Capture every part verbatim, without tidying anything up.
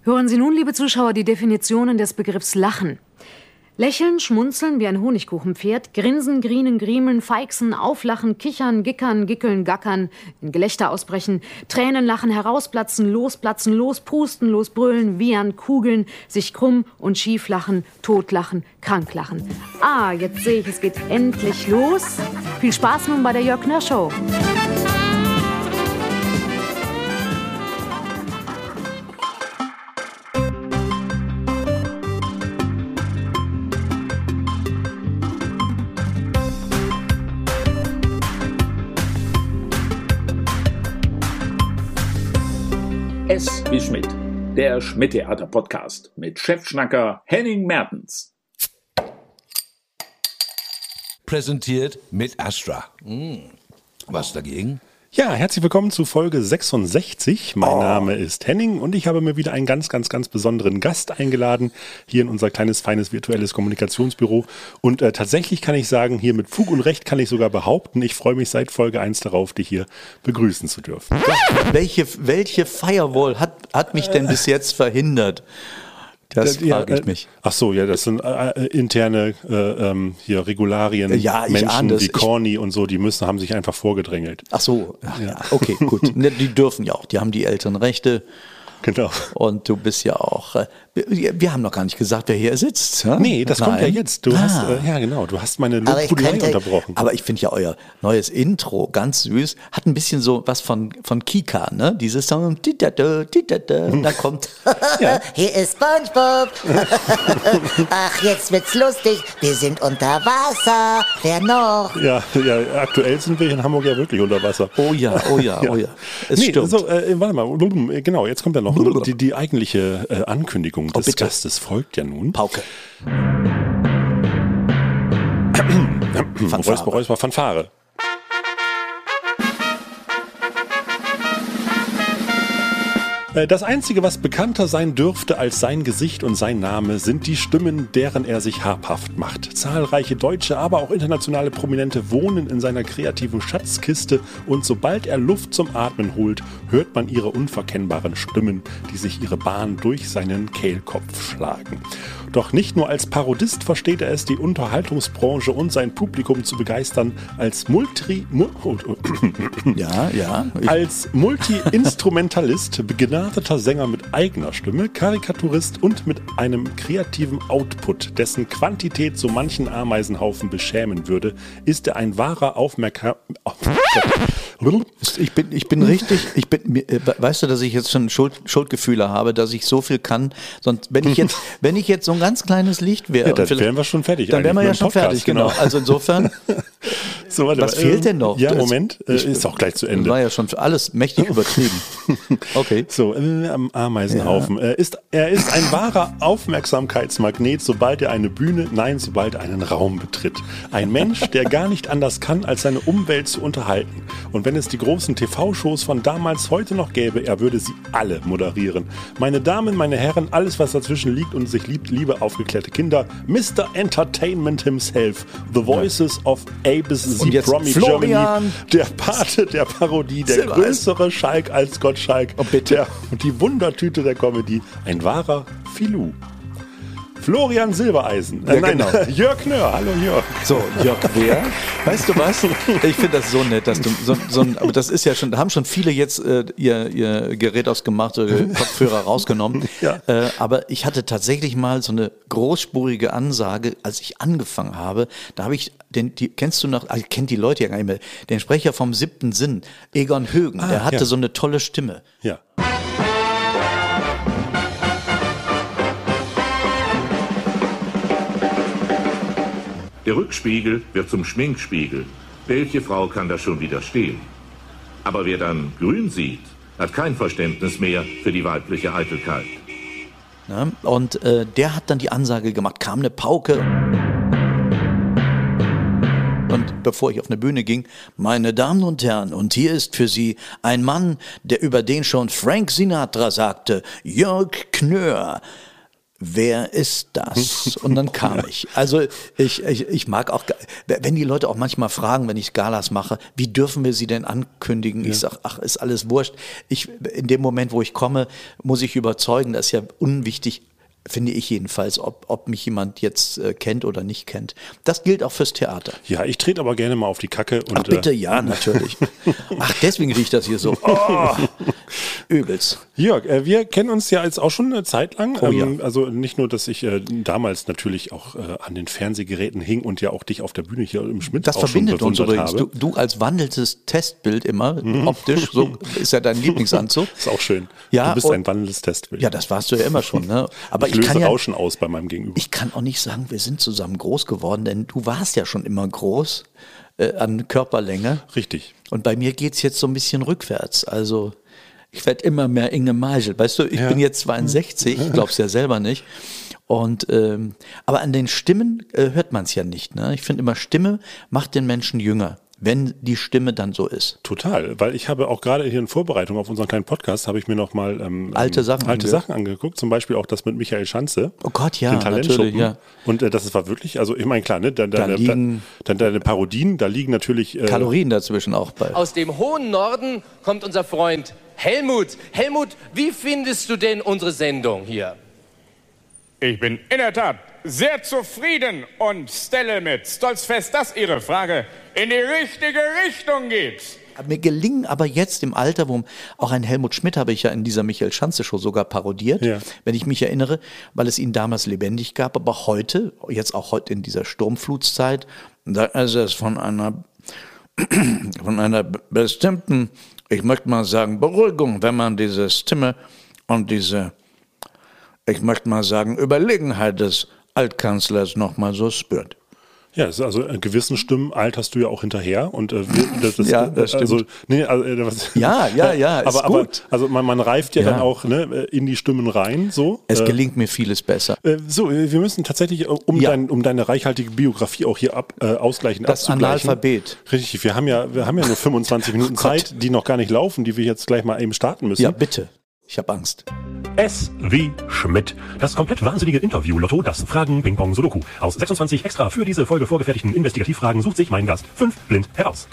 Hören Sie nun, liebe Zuschauer, die Definitionen des Begriffs Lachen. Lächeln, schmunzeln wie ein Honigkuchenpferd, grinsen, grienen, griemeln, feixen, auflachen, kichern, gickern, gickeln, gackern, in Gelächter ausbrechen, Tränen lachen, herausplatzen, losplatzen, lospusten, losbrüllen, wiehern, kugeln, sich krumm und schief lachen, totlachen, krank lachen. Ah, jetzt sehe ich, es geht endlich los. Viel Spaß nun bei der Jörg Knörr Show. S wie Schmidt, der Schmidt-Theater-Podcast mit Chefschnacker Henning Mertens. Präsentiert mit Astra. Hm. Was dagegen? Ja, herzlich willkommen zu Folge sechsundsechzig. Mein Oh. Name ist Henning und ich habe mir wieder einen ganz, ganz, ganz besonderen Gast eingeladen, hier in unser kleines, feines, virtuelles Kommunikationsbüro. Und äh, tatsächlich kann ich sagen, hier mit Fug und Recht kann ich sogar behaupten, ich freue mich seit Folge eins darauf, dich hier begrüßen zu dürfen. Welche, welche Firewall hat, hat mich denn bis jetzt verhindert? Das Ja, frage ich äh, mich. Ach so, ja, das sind äh, interne äh, ähm, hier Regularien. Ja, ich Menschen ahne das. wie Ich- Corny und so, die müssen, haben sich einfach vorgedrängelt. Ach so, ach, ja. Okay, gut. Ne, die dürfen ja auch, die haben die Elternrechte. Genau. Und du bist ja auch, äh, wir, wir haben noch gar nicht gesagt, wer hier sitzt. Ja? Nee, das kommt ja Nein. jetzt. Du Ah. hast, äh, ja genau, du hast meine Aber ich, Lobhudelei könnte, unterbrochen. aber ich finde ja euer neues Intro ganz süß. Hat ein bisschen so was von, von Kika, ne? Dieses Song, titata, titata, da kommt. Hier ist SpongeBob. Ach, jetzt wird's lustig. Wir sind unter Wasser. Wer noch? Ja, ja, aktuell sind wir hier in Hamburg ja wirklich unter Wasser. Oh ja, oh ja, oh ja. Es nee, stimmt. so, äh, warte mal, genau, jetzt kommt ja noch die, die eigentliche äh, Ankündigung des bitte. Gastes folgt ja nun. Pauke. Räusper, Räusper, Fanfare. Das Einzige, was bekannter sein dürfte als sein Gesicht und sein Name, sind die Stimmen, deren er sich habhaft macht. Zahlreiche deutsche, aber auch internationale Prominente wohnen in seiner kreativen Schatzkiste und sobald er Luft zum Atmen holt, hört man ihre unverkennbaren Stimmen, die sich ihre Bahn durch seinen Kehlkopf schlagen. Doch nicht nur als Parodist versteht er es, die Unterhaltungsbranche und sein Publikum zu begeistern, als Multi... Mu- Ja, ja. Ich, als Multi-Instrumentalist, begnadeter Sänger mit eigener Stimme, Karikaturist und mit einem kreativen Output, dessen Quantität so manchen Ameisenhaufen beschämen würde, ist er ein wahrer Aufmerksam... ich bin, ich bin richtig, ich bin, mir- äh, weißt du, dass ich jetzt schon Schuld, Schuldgefühle habe, dass ich so viel kann, sonst, wenn ich jetzt, wenn ich jetzt so ein ganz kleines Licht wäre, Ja, dann und vielleicht- wären wir schon fertig Dann wären wir eigentlich ja mit schon dem Podcast, fertig, genau. genau. Also insofern, So, warte was mal, fehlt ähm, denn noch? Ja, Das- Moment, äh, ich- ist auch gleich zu Ende. war ja schon für alles mächtig übertrieben. Okay. So, äh, am Ameisenhaufen. Er, ist, er ist ein wahrer Aufmerksamkeitsmagnet, sobald er eine Bühne, nein, sobald er einen Raum betritt. Ein Mensch, der gar nicht anders kann, als seine Umwelt zu unterhalten. Und wenn es die großen T V-Shows von damals heute noch gäbe, er würde sie alle moderieren. Meine Damen, meine Herren, alles, was dazwischen liegt und sich liebt, liebe aufgeklärte Kinder, Mister Entertainment himself, The Voices of Abis Und the jetzt Promi Florian. Germany, der Pate der Parodie, der Silbereisen. größere Schalk als Gottschalk, Oh, bitte. der, die Wundertüte der Comedy, ein wahrer Filou. Florian Silbereisen. Äh, Ja, nein, genau. Jörg Knörr. Hallo Jörg. So, Jörg, wer? Weißt du was? Ich finde das so nett, dass du so, so ein, aber das ist ja schon, da haben schon viele jetzt äh, ihr, ihr Gerät aufs gemachte Kopfhörer rausgenommen. Ja. Äh, aber ich hatte tatsächlich mal so eine großspurige Ansage, als ich angefangen habe. Da habe ich, den, die, kennst du noch, also kennt die Leute ja gar nicht mehr, den Sprecher vom siebten Sinn, Egon Högen, Ah, der hatte ja. so eine tolle Stimme. Ja. Der Rückspiegel wird zum Schminkspiegel. Welche Frau kann das schon widerstehen? Aber wer dann grün sieht, hat kein Verständnis mehr für die weibliche Eitelkeit. Ne? Und äh, der hat dann die Ansage gemacht, kam eine Pauke. Und bevor ich auf eine Bühne ging, meine Damen und Herren, und hier ist für Sie ein Mann, der über den schon Frank Sinatra sagte, Jörg Knörr. wer ist das? Und dann kam ja. ich. Also ich, ich, ich mag auch, wenn die Leute auch manchmal fragen, wenn ich Galas mache, wie dürfen wir sie denn ankündigen? Ja. Ich sage, ach, ist alles wurscht. Ich, in dem Moment, wo ich komme, muss ich überzeugen, das ist ja unwichtig, finde ich jedenfalls, ob, ob mich jemand jetzt äh, kennt oder nicht kennt. Das gilt auch fürs Theater. Ja, ich trete aber gerne mal auf die Kacke. Und, ach bitte, äh, ja, natürlich. Ach, deswegen riecht das hier so. Oh, übelst. Jörg, äh, wir kennen uns ja jetzt auch schon eine Zeit lang. Oh, ähm, ja. Also nicht nur, dass ich äh, damals natürlich auch äh, an den Fernsehgeräten hing und ja auch dich auf der Bühne hier im Schmidt das auch verbindet schon uns übrigens. habe. Du, du als wandelndes Testbild immer, mhm. optisch, so ist ja dein Lieblingsanzug. Ist auch schön. Ja, du bist und, ein wandelndes Testbild. Ja, das warst du ja immer schon. Ne? Aber ich, ich löse kann ja, Rauschen aus bei meinem Gegenüber. Ich kann auch nicht sagen, wir sind zusammen groß geworden, denn du warst ja schon immer groß äh, an Körperlänge. Richtig. Und bei mir geht es jetzt so ein bisschen rückwärts. Also ich werde immer mehr Inge Meisel. Weißt du, ich ja. bin jetzt zweiundsechzig, ich glaube es ja selber nicht. Und ähm, aber an den Stimmen äh, hört man es ja nicht. Ne? Ich finde immer, Stimme macht den Menschen jünger, wenn die Stimme dann so ist. Total, weil ich habe auch gerade hier in Vorbereitung auf unseren kleinen Podcast, habe ich mir noch mal ähm, alte, Sachen, alte Sachen angeguckt, zum Beispiel auch das mit Michael Schanze. Oh Gott, ja, den Talentschuppen. natürlich, ja. Und äh, das war wirklich, also ich meine, klar, ne, dann, da dann, liegen dann, dann deine Parodien, da liegen natürlich äh, Kalorien dazwischen auch bei. Aus dem hohen Norden kommt unser Freund Helmut. Helmut, wie findest du denn unsere Sendung hier? Ich bin in der Tat sehr zufrieden und stelle mit Stolz fest, dass Ihre Frage in die richtige Richtung geht. Mir gelingen aber jetzt im Alter, wo auch ein Helmut Schmidt habe ich ja in dieser Michael Schanze Show sogar parodiert, ja. wenn ich mich erinnere, weil es ihn damals lebendig gab, aber heute, jetzt auch heute in dieser Sturmflutszeit, da ist es von einer, von einer bestimmten, ich möchte mal sagen, Beruhigung, wenn man diese Stimme und diese, ich möchte mal sagen, Überlegenheit des Altkanzlers nochmal so spürt. Ja, also in gewissen Stimmen alterst du ja auch hinterher und äh, das, das, ja, das stimmt. Also, nee, also, äh, was, ja, ja, ja, ist aber, gut. Aber, also man, man reift ja, ja dann auch ne, in die Stimmen rein. So. Es äh, gelingt mir vieles besser. Äh, so, wir müssen tatsächlich, um, ja. dein, um deine reichhaltige Biografie auch hier ab, äh, ausgleichen, das abzugleichen. Analphabet. Richtig, wir haben ja, wir haben ja nur fünfundzwanzig Minuten oh Zeit, die noch gar nicht laufen, die wir jetzt gleich mal eben starten müssen. Ja, bitte. Ich habe Angst. S wie Schmidt. Das komplett wahnsinnige Interview-Lotto, das Fragen-Ping-Pong-Sudoku. Aus sechsundzwanzig extra für diese Folge vorgefertigten Investigativfragen sucht sich mein Gast fünf blind heraus.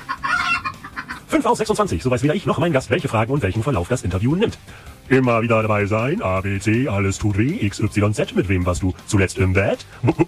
fünf aus sechsundzwanzig, so weiß weder ich noch mein Gast, welche Fragen und welchen Verlauf das Interview nimmt. Immer wieder dabei sein, A, B, C, alles tut weh, X, Y, Z, mit wem warst du zuletzt im Bett?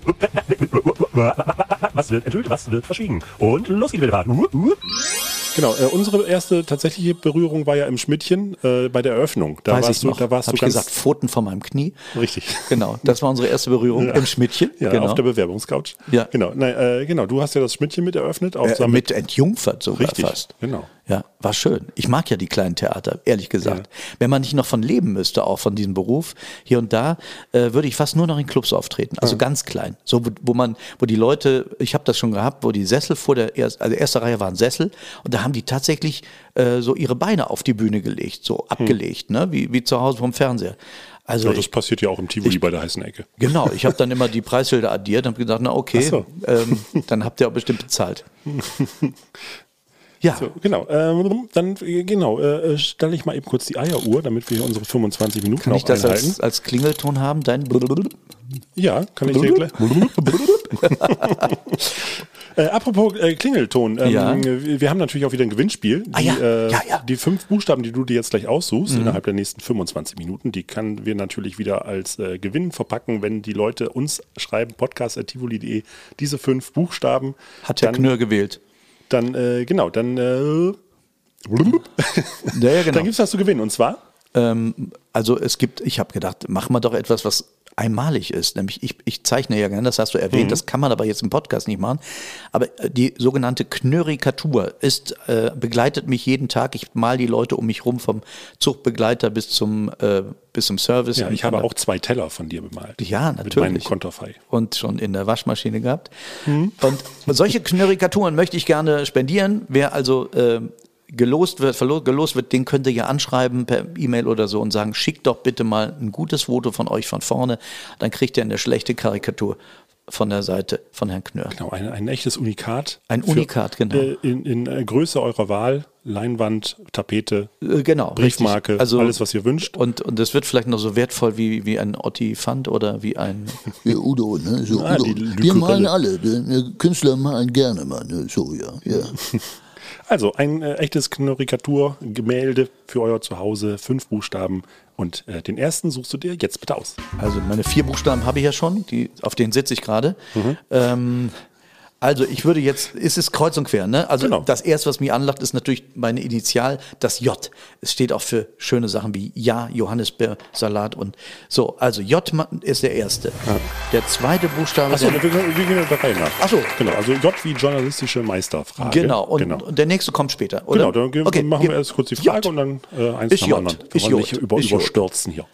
Was wird enthüllt, was wird verschwiegen? Und los geht's wieder. Genau, äh, unsere erste tatsächliche Berührung war ja im Schmidtchen äh, bei der Eröffnung. Da Weiß warst ich du, noch. da warst Hab du ich ganz gesagt, Pfoten von meinem Knie. Richtig. Genau, das war unsere erste Berührung ja. im Schmidtchen. Ja, genau. auf der Bewerbungscouch. Ja. Genau, Nein, äh, genau. Du hast ja das Schmidtchen mit eröffnet. Auch Äh, mit entjungfert sogar Richtig, fast. genau. Ja, war schön. Ich mag ja die kleinen Theater, ehrlich gesagt. Ja. Wenn man nicht noch von leben müsste, auch von diesem Beruf, hier und da, äh, würde ich fast nur noch in Clubs auftreten. Also ja. ganz klein. So, wo, wo man, wo die Leute, ich habe das schon gehabt, wo die Sessel vor der, erst, also erste Reihe waren Sessel und da haben die tatsächlich äh, so ihre Beine auf die Bühne gelegt, so abgelegt, hm. ne? wie, wie zu Hause vom Fernseher. Also ja, das ich, passiert ja auch im Tivoli bei der heißen Ecke. Genau, ich habe dann immer die Preisschilder addiert und habe gedacht, na okay, so. ähm, dann habt ihr auch bestimmt bezahlt. Ja. So, genau. Ähm, dann genau, äh, stelle ich mal eben kurz die Eieruhr, damit wir hier unsere fünfundzwanzig Minuten Kann auch ich das einhalten. als, als Klingelton haben? Dein Ja, kann ich dir gleich. Äh, apropos äh, Klingelton, ähm, Ja. wir, wir haben natürlich auch wieder ein Gewinnspiel. Die, Ah, ja. Äh, Ja, ja. die fünf Buchstaben, die du dir jetzt gleich aussuchst, Mhm. innerhalb der nächsten fünfundzwanzig Minuten, die können wir natürlich wieder als äh, Gewinn verpacken, wenn die Leute uns schreiben, podcast at tivoli punkt de, diese fünf Buchstaben. Hat der dann, Knör gewählt. Dann, äh, genau, dann, äh, Ja, ja, genau. dann gibt es was zu gewinnen. Und zwar? Ähm, also es gibt, ich habe gedacht, machen wir doch etwas, was einmalig ist. Nämlich ich, ich zeichne ja gerne, das hast du erwähnt, Mhm. das kann man aber jetzt im Podcast nicht machen. Aber äh, die sogenannte Knörikatur ist, äh, begleitet mich jeden Tag. Ich mal die Leute um mich rum, vom Zuchtbegleiter bis zum, äh, bis zum Service. Ja, ich habe auch zwei Teller von dir bemalt. Ja, Mit meinem natürlich. Konterfei. Und schon in der Waschmaschine gehabt. Mhm. Und solche Knörikaturen möchte ich gerne spendieren. Wer also äh, gelost wird, verlo- gelost wird, den könnt ihr ja anschreiben per E-Mail oder so und sagen, schickt doch bitte mal ein gutes Foto von euch von vorne, dann kriegt ihr eine schlechte Karikatur von der Seite von Herrn Knörr. Genau, ein, ein echtes Unikat. Ein Unikat, für, genau. Äh, in, in äh, Größe eurer Wahl, Leinwand, Tapete, äh, genau, Briefmarke, also, alles, was ihr wünscht. Und, und das wird vielleicht noch so wertvoll wie, wie ein Ottifant oder wie ein... Ja, Udo, ne? So, ah, Udo. die Wir malen alle, die Künstler malen gerne mal, ne? So, ja, ja. Also ein äh, echtes Karikaturgemälde für euer Zuhause, fünf Buchstaben und äh, den ersten suchst du dir jetzt bitte aus. Also meine vier Buchstaben habe ich ja schon, die, auf denen sitze ich gerade. Mhm. Ähm, also ich würde jetzt, ist es kreuz und quer, ne? Also genau. Das erste, was mich anlacht, ist natürlich meine Initial, das J. Es steht auch für schöne Sachen wie Ja, Johannisbeersalat und so. Also J ist der erste. Ja. Der zweite Buchstabe... Achso, wir, wir gehen der Reihe nach. Achso. Genau, also J wie journalistische Meisterfrage. Genau, und, genau. und der nächste kommt später, oder? Genau, dann gehen, okay. machen wir erst kurz die Frage J. und dann äh, eins ist nach dem anderen. Ist wir nicht über, überstürzen hier.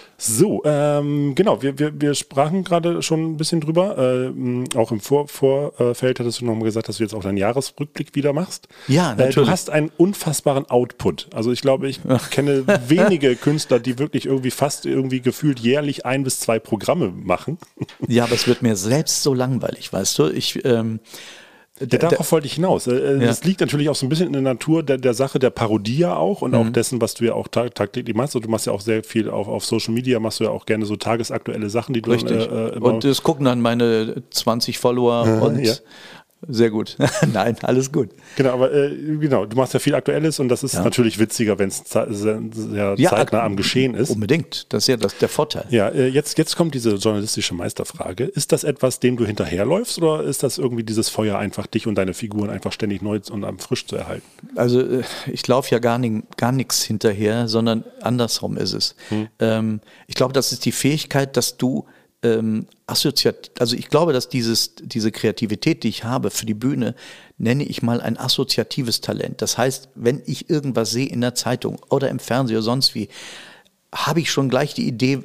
So, ähm, genau, wir, wir, wir sprachen gerade schon ein bisschen drüber. Äh, auch im Vor Vorfeld hattest du noch mal gesagt, dass du jetzt auch deinen Jahresrückblick wieder machst. Ja, natürlich. Äh, du hast einen unfassbaren Output. Also ich glaube, ich kenne wenige Künstler, die wirklich irgendwie fast irgendwie gefühlt jährlich ein bis zwei Programme machen. Ja, aber es wird mir selbst so langweilig, weißt du? Ich... Ähm Ja, darauf wollte ich hinaus. Das ja. liegt natürlich auch so ein bisschen in der Natur der, der Sache der Parodie ja auch und mhm. auch dessen, was du ja auch tag, tagtäglich machst. Und du machst ja auch sehr viel auf, auf Social Media, machst du ja auch gerne so tagesaktuelle Sachen, die du Richtig. Äh, immer und das gucken dann meine zwanzig Follower ja, und ja. sehr gut. Nein, alles gut. Genau, aber äh, genau, du machst ja viel Aktuelles und das ist ja. natürlich witziger, wenn es sehr, sehr ja, zeitnah am Geschehen ist. Unbedingt, das ist ja das, der Vorteil. Ja, äh, jetzt, jetzt kommt diese journalistische Meisterfrage. Ist das etwas, dem du hinterherläufst oder ist das irgendwie dieses Feuer einfach, dich und deine Figuren einfach ständig neu und frisch zu erhalten? Also äh, ich laufe ja gar, nicht, gar nichts hinterher, sondern andersrum ist es. Hm. Ähm, ich glaube, das ist die Fähigkeit, dass du Ähm, assoziat, also ich glaube, dass dieses, diese Kreativität, die ich habe für die Bühne, nenne ich mal ein assoziatives Talent. Das heißt, wenn ich irgendwas sehe in der Zeitung oder im Fernsehen oder sonst wie, habe ich schon gleich die Idee,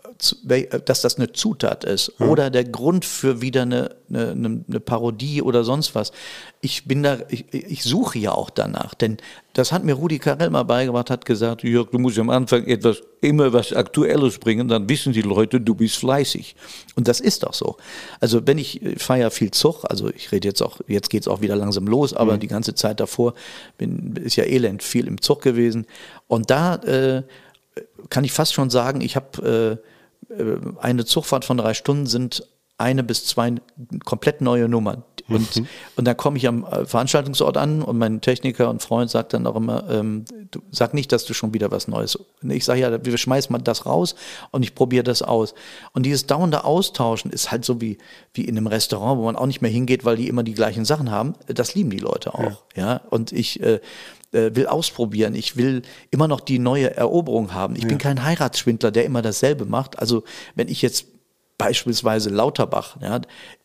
dass das eine Zutat ist ja. oder der Grund für wieder eine, eine, eine Parodie oder sonst was. Ich bin da, ich, ich suche ja auch danach, denn das hat mir Rudi Carrell mal beigebracht, hat gesagt, Jörg, du musst am Anfang etwas, immer was Aktuelles bringen, dann wissen die Leute, du bist fleißig. Und das ist doch so. Also wenn ich, ich fahre ja viel Zug, also ich rede jetzt auch, jetzt geht's auch wieder langsam los, aber mhm. die ganze Zeit davor bin, ist ja elend viel im Zug gewesen. Und da äh, kann ich fast schon sagen, ich habe äh, eine Zugfahrt von drei Stunden sind eine bis zwei komplett neue Nummern. Und, mhm. und dann komme ich am Veranstaltungsort an und mein Techniker und Freund sagt dann auch immer, ähm, du sag nicht, dass du schon wieder was Neues. Ich sage ja, wir schmeißen mal das raus und ich probiere das aus. Und dieses dauernde Austauschen ist halt so wie, wie in einem Restaurant, wo man auch nicht mehr hingeht, weil die immer die gleichen Sachen haben. Das lieben die Leute auch. Ja. Ja? Und ich äh, will ausprobieren. Ich will immer noch die neue Eroberung haben. Ich ja. bin kein Heiratsschwindler, der immer dasselbe macht. Also wenn ich jetzt beispielsweise Lauterbach, ja,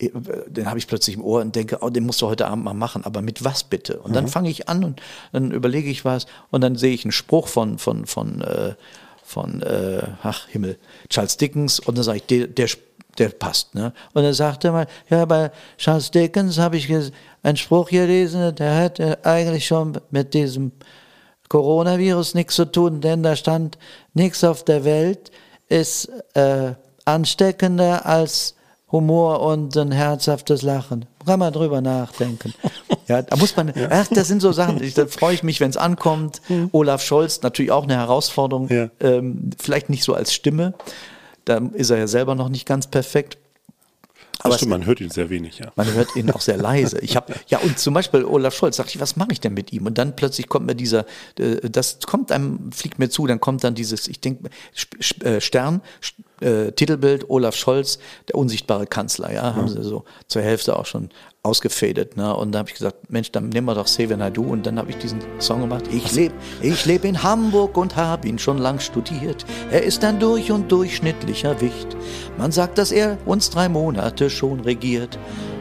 den habe ich plötzlich im Ohr und denke, oh, den musst du heute Abend mal machen, aber mit was bitte? Und mhm. dann fange ich an und dann überlege ich was und dann sehe ich einen Spruch von von von äh, von äh, ach Himmel, Charles Dickens und dann sage ich, der, der der passt, ne? Und dann sagte er mal, ja, bei Charles Dickens habe ich einen Spruch gelesen, der hat eigentlich schon mit diesem Coronavirus nichts zu tun, denn da stand, nichts auf der Welt ist äh, ansteckender als Humor und ein herzhaftes Lachen. Kann man drüber nachdenken. Ja, da muss man, ja. ach, das sind so Sachen, da freue ich mich, wenn es ankommt. Mhm. Olaf Scholz, natürlich auch eine Herausforderung, ja. ähm, vielleicht nicht so als Stimme. Da ist er ja selber noch nicht ganz perfekt. Aber stimmt, man hört ihn sehr wenig, ja. Man hört ihn auch sehr leise. Ich habe ja und zum Beispiel Olaf Scholz, dachte ich, was mache ich denn mit ihm? Und dann plötzlich kommt mir dieser, äh, das kommt einem, fliegt mir zu, dann kommt dann dieses, ich denke, Stern, äh, Titelbild Olaf Scholz, der unsichtbare Kanzler, ja, haben sie so zur Hälfte auch schon ausgefadet, ne? Und da habe ich gesagt, Mensch, dann nehmen wir doch Xavier Naidoo und dann habe ich diesen Song gemacht. Ich lebe, ich lebe in Hamburg und habe ihn schon lang studiert. Er ist ein durch und durchschnittlicher Wicht. Man sagt, dass er uns drei Monate schon regiert.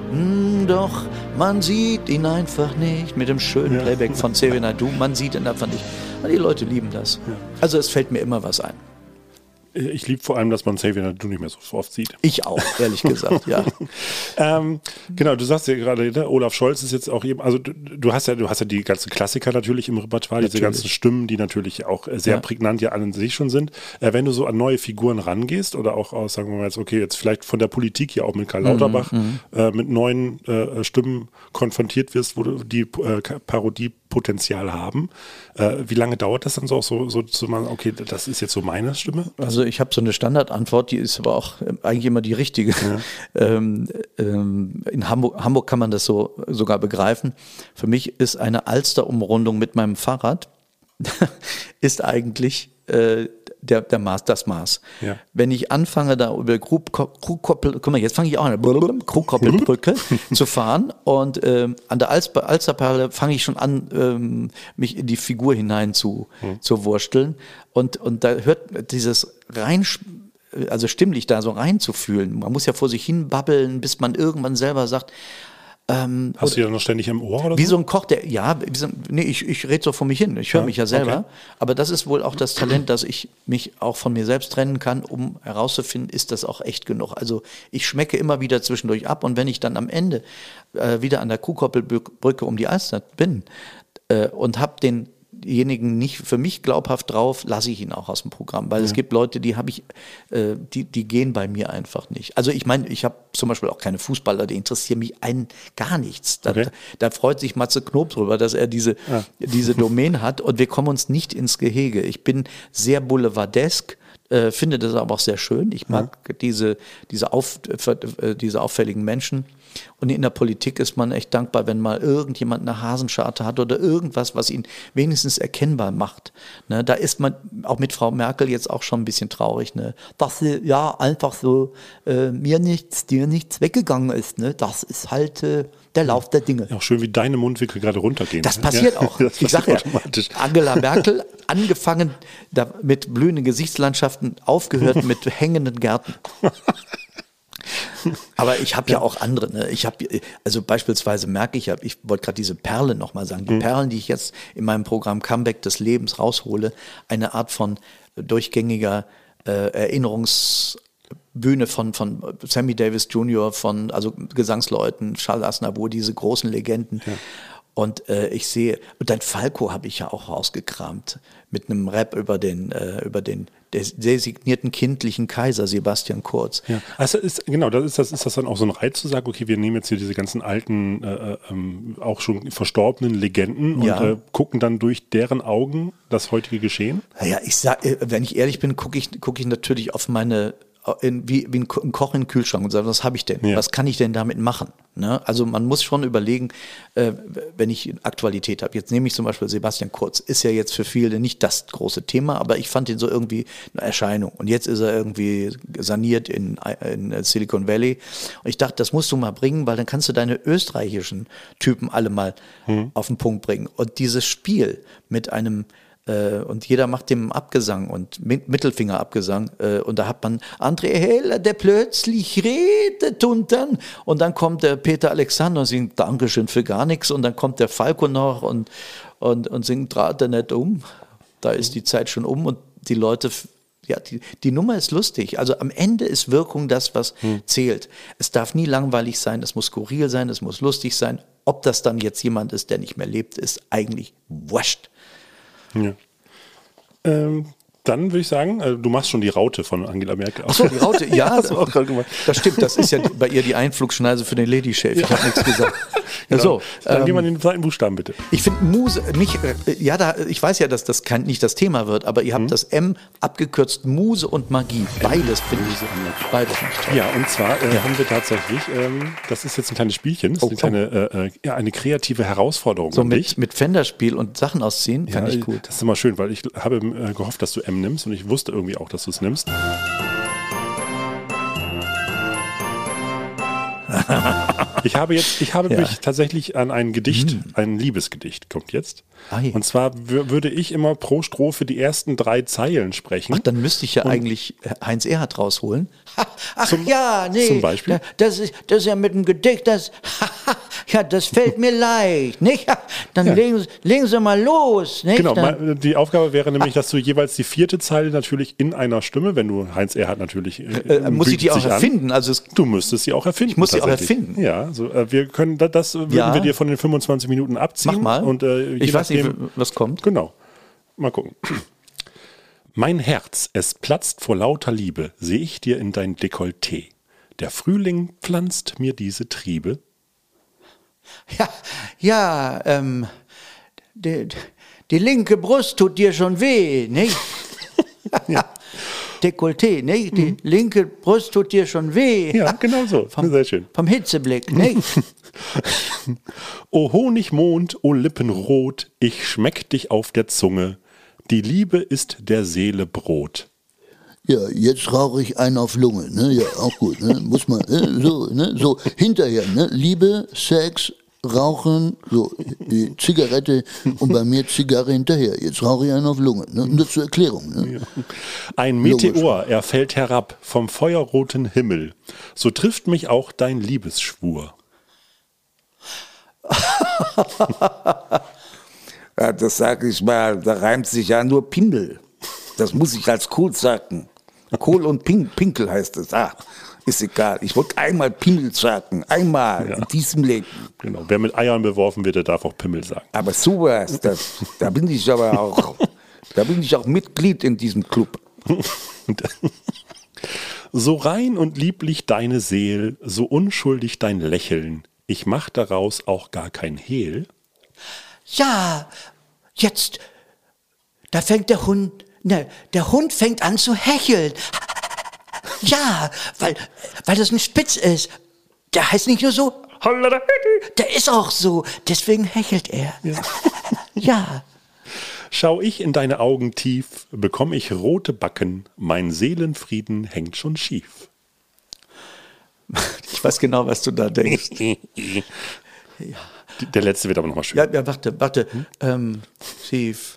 Hm, doch man sieht ihn einfach nicht. Mit dem schönen ja. Playback von Xavier Naidoo, man sieht ihn einfach nicht. Aber die Leute lieben das. Ja. Also es fällt mir immer was ein. Ich liebe vor allem, dass man Xavier Naidu nicht mehr so oft sieht. Ich auch, ehrlich gesagt, ja. ähm, genau, du sagst ja gerade, ne, Olaf Scholz ist jetzt auch eben, also du, du hast ja, du hast ja die ganzen Klassiker natürlich im Repertoire, natürlich. Diese ganzen Stimmen, die natürlich auch sehr ja. prägnant ja an sich schon sind. Äh, wenn du so an neue Figuren rangehst oder auch aus, sagen wir mal jetzt, okay, jetzt vielleicht von der Politik ja auch mit Karl Lauterbach mhm, äh, mit neuen äh, Stimmen konfrontiert wirst, wo du die äh, Parodiepotenzial haben. Äh, wie lange dauert das dann so auch so, so zu machen, okay, das ist jetzt so meine Stimme? Also ich habe so eine Standardantwort, die ist aber auch eigentlich immer die richtige. Ja. Ähm, ähm, in Hamburg, Hamburg kann man das so sogar begreifen. Für mich ist eine Alster-Umrundung mit meinem Fahrrad ist eigentlich äh, der, der Maß, das Maß. Ja. Wenn ich anfange, da über Krugkoppel, guck mal, jetzt fange ich auch an, Krugkoppelbrücke zu fahren und ähm, an der Alster, Alsterperle fange ich schon an, ähm, mich in die Figur hinein zu, hm. zu wursteln. Und, und da hört dieses rein, also stimmlich da so reinzufühlen. Man muss ja vor sich hin babbeln, bis man irgendwann selber sagt, Ähm, Hast du ja noch ständig im Ohr oder wie so? so ein Koch, der, ja, wie so, nee, ich, ich rede so vor mich hin, ich höre ja, mich ja selber, okay. Aber das ist wohl auch das Talent, dass ich mich auch von mir selbst trennen kann, um herauszufinden, ist das auch echt genug. Also ich schmecke immer wieder zwischendurch ab und wenn ich dann am Ende äh, wieder an der Kuhkoppelbrücke um die Alster bin äh, und habe den denjenigen nicht für mich glaubhaft drauf, lasse ich ihn auch aus dem Programm, weil ja. es gibt Leute, die habe ich, äh, die, die gehen bei mir einfach nicht. Also ich meine, ich habe zum Beispiel auch keine Fußballer, die interessieren mich einen gar nichts. Da, okay. da, da freut sich Matze Knob drüber, dass er diese, ja. diese Domain hat und wir kommen uns nicht ins Gehege. Ich bin sehr boulevardesk, äh, finde das aber auch sehr schön. Ich mag ja. diese, diese, auf, äh, diese auffälligen Menschen. Und in der Politik ist man echt dankbar, wenn mal irgendjemand eine Hasenscharte hat oder irgendwas, was ihn wenigstens erkennbar macht. Ne, da ist man auch mit Frau Merkel jetzt auch schon ein bisschen traurig. Ne? Dass sie ja einfach so äh, mir nichts, dir nichts weggegangen ist. Ne? Das ist halt äh, der Lauf der Dinge. Ja, auch schön, wie deine Mundwinkel gerade runtergehen. Das passiert ja, auch. Das ich sage ja, Angela Merkel angefangen da mit blühenden Gesichtslandschaften, aufgehört mit hängenden Gärten. Aber ich habe ja. ja auch andere, ne? Ich habe, also beispielsweise merke ich, ich wollte gerade diese Perlen nochmal sagen, die mhm. Perlen, die ich jetzt in meinem Programm Comeback des Lebens raushole, eine Art von durchgängiger äh, Erinnerungsbühne von, von Sammy Davis Junior, von also Gesangsleuten, Charles Aznavour, diese großen Legenden. Ja. Und äh, ich sehe, und dann Falco habe ich ja auch rausgekramt mit einem Rap über den, äh, über den designierten kindlichen Kaiser Sebastian Kurz. Ja, also ist, genau, das ist, das ist das dann auch so ein Reiz zu sagen, okay, wir nehmen jetzt hier diese ganzen alten, äh, ähm, auch schon verstorbenen Legenden und ja. äh, gucken dann durch deren Augen das heutige Geschehen? Ja, ich sag, wenn ich ehrlich bin, gucke ich, gucke ich natürlich auf meine In, wie, wie ein Koch in den Kühlschrank und sagen, was habe ich denn? Ja. Was kann ich denn damit machen? Ne? Also man muss schon überlegen, äh, wenn ich Aktualität habe. Jetzt nehme ich zum Beispiel Sebastian Kurz. Ist ja jetzt für viele nicht das große Thema, aber ich fand ihn so irgendwie eine Erscheinung. Und jetzt ist er irgendwie saniert in, in Silicon Valley. Und ich dachte, das musst du mal bringen, weil dann kannst du deine österreichischen Typen alle mal hm. auf den Punkt bringen. Und dieses Spiel mit einem und jeder macht dem Abgesang und Mittelfingerabgesang äh, und da hat man André Heller, der plötzlich redet und dann und dann kommt der Peter Alexander und singt Dankeschön für gar nichts und dann kommt der Falco noch und, und, und singt Draht er nicht um, da ist die Zeit schon um und die Leute, ja, die, die Nummer ist lustig, also am Ende ist Wirkung das, was hm. zählt. Es darf nie langweilig sein, es muss skurril sein, es muss lustig sein, ob das dann jetzt jemand ist, der nicht mehr lebt, ist eigentlich wurscht. Ja. Ähm, dann würde ich sagen, also du machst schon die Raute von Angela Merkel. Ach so, die Raute, ja, das, auch das stimmt, das ist ja bei ihr die Einflugschneise für den Ladyshave. Ich ja. habe nichts gesagt. Genau. So, dann ähm, gehen wir in den zweiten Buchstaben bitte. Ich finde Muse, mich, ja, da, ich weiß ja, dass das kein, nicht das Thema wird, aber ihr habt hm. das M abgekürzt, Muse und Magie. Beides finde ich beides nicht toll. Ja, und zwar äh, ja. haben wir tatsächlich, ähm, das ist jetzt ein kleines Spielchen, das oh, ist eine, äh, ja, eine kreative Herausforderung. So mit, mit Fenderspiel und Sachen ausziehen, ja, fand ich gut. Das ist immer schön, weil ich habe äh, gehofft, dass du M nimmst und ich wusste irgendwie auch, dass du es nimmst. Ich habe jetzt, ich habe ja. mich tatsächlich an ein Gedicht, hm. ein Liebesgedicht kommt jetzt. Ah, ja. Und zwar w- würde ich immer pro Strophe die ersten drei Zeilen sprechen. Ach, dann müsste ich ja und eigentlich Heinz Erhardt rausholen. Ach zum, ja, nee. Zum Beispiel? Das ist, das ist ja mit dem Gedicht, das Ja, das fällt mir leicht, nicht? Dann ja. legen, legen Sie mal los, nicht? Genau, Dann, die Aufgabe wäre nämlich, dass du jeweils die vierte Zeile natürlich in einer Stimme, wenn du Heinz Erhardt natürlich äh, äh, muss ich die auch erfinden? Also es, du müsstest sie auch erfinden. Ich muss sie auch erfinden. Ja, so, äh, wir können das, das würden ja. wir dir von den fünfundzwanzig Minuten abziehen. Mach mal. Und, äh, ich weiß nicht, was kommt. Genau. Mal gucken. Mein Herz, es platzt vor lauter Liebe, seh ich dir in dein Dekolleté. Der Frühling pflanzt mir diese Triebe. Ja, ja, ähm, die, die linke Brust tut dir schon weh, nicht? Ja. Dekolleté, nicht? Die mhm. linke Brust tut dir schon weh. Ja, genau so. Vom, Sehr schön. Vom Hitzeblick, nicht? O Honigmond, o Lippenrot, ich schmeck dich auf der Zunge. Die Liebe ist der Seele Brot. Ja, jetzt rauche ich einen auf Lunge, ne? Ja, auch gut, ne? Muss man, ne? So, ne? So, hinterher, ne? Liebe, Sex, Rauchen, so, die Zigarette und bei mir Zigarre hinterher. Jetzt rauche ich einen auf Lunge, ne? Und das zur Erklärung, ne? Ja. Ein Meteor, er fällt herab vom feuerroten Himmel. So trifft mich auch dein Liebesschwur. Ja, das sage ich mal, da reimt sich ja nur Pimmel. Das muss ich als Kohl sagen. Kohl und Pink, Pinkel heißt es. Ah, ist egal. Ich wollte einmal Pimmel sagen. Einmal ja. in diesem Leben. Genau. Wer mit Eiern beworfen wird, der darf auch Pimmel sagen. Aber sowas, das, da bin ich aber auch, da bin ich auch Mitglied in diesem Club. So rein und lieblich deine Seel, so unschuldig dein Lächeln. Ich mach daraus auch gar kein Hehl. Ja, jetzt, da fängt der Hund, ne, der Hund fängt an zu hecheln. Ja, weil, weil das ein Spitz ist. Der heißt nicht nur so, der ist auch so, deswegen hechelt er. Ja. Ja. Schau ich in deine Augen tief, bekomm ich rote Backen, mein Seelenfrieden hängt schon schief. Ich weiß genau, was du da denkst. Ja. Der letzte wird aber nochmal schön. Ja, ja, warte, warte. Hm? Ähm, schief.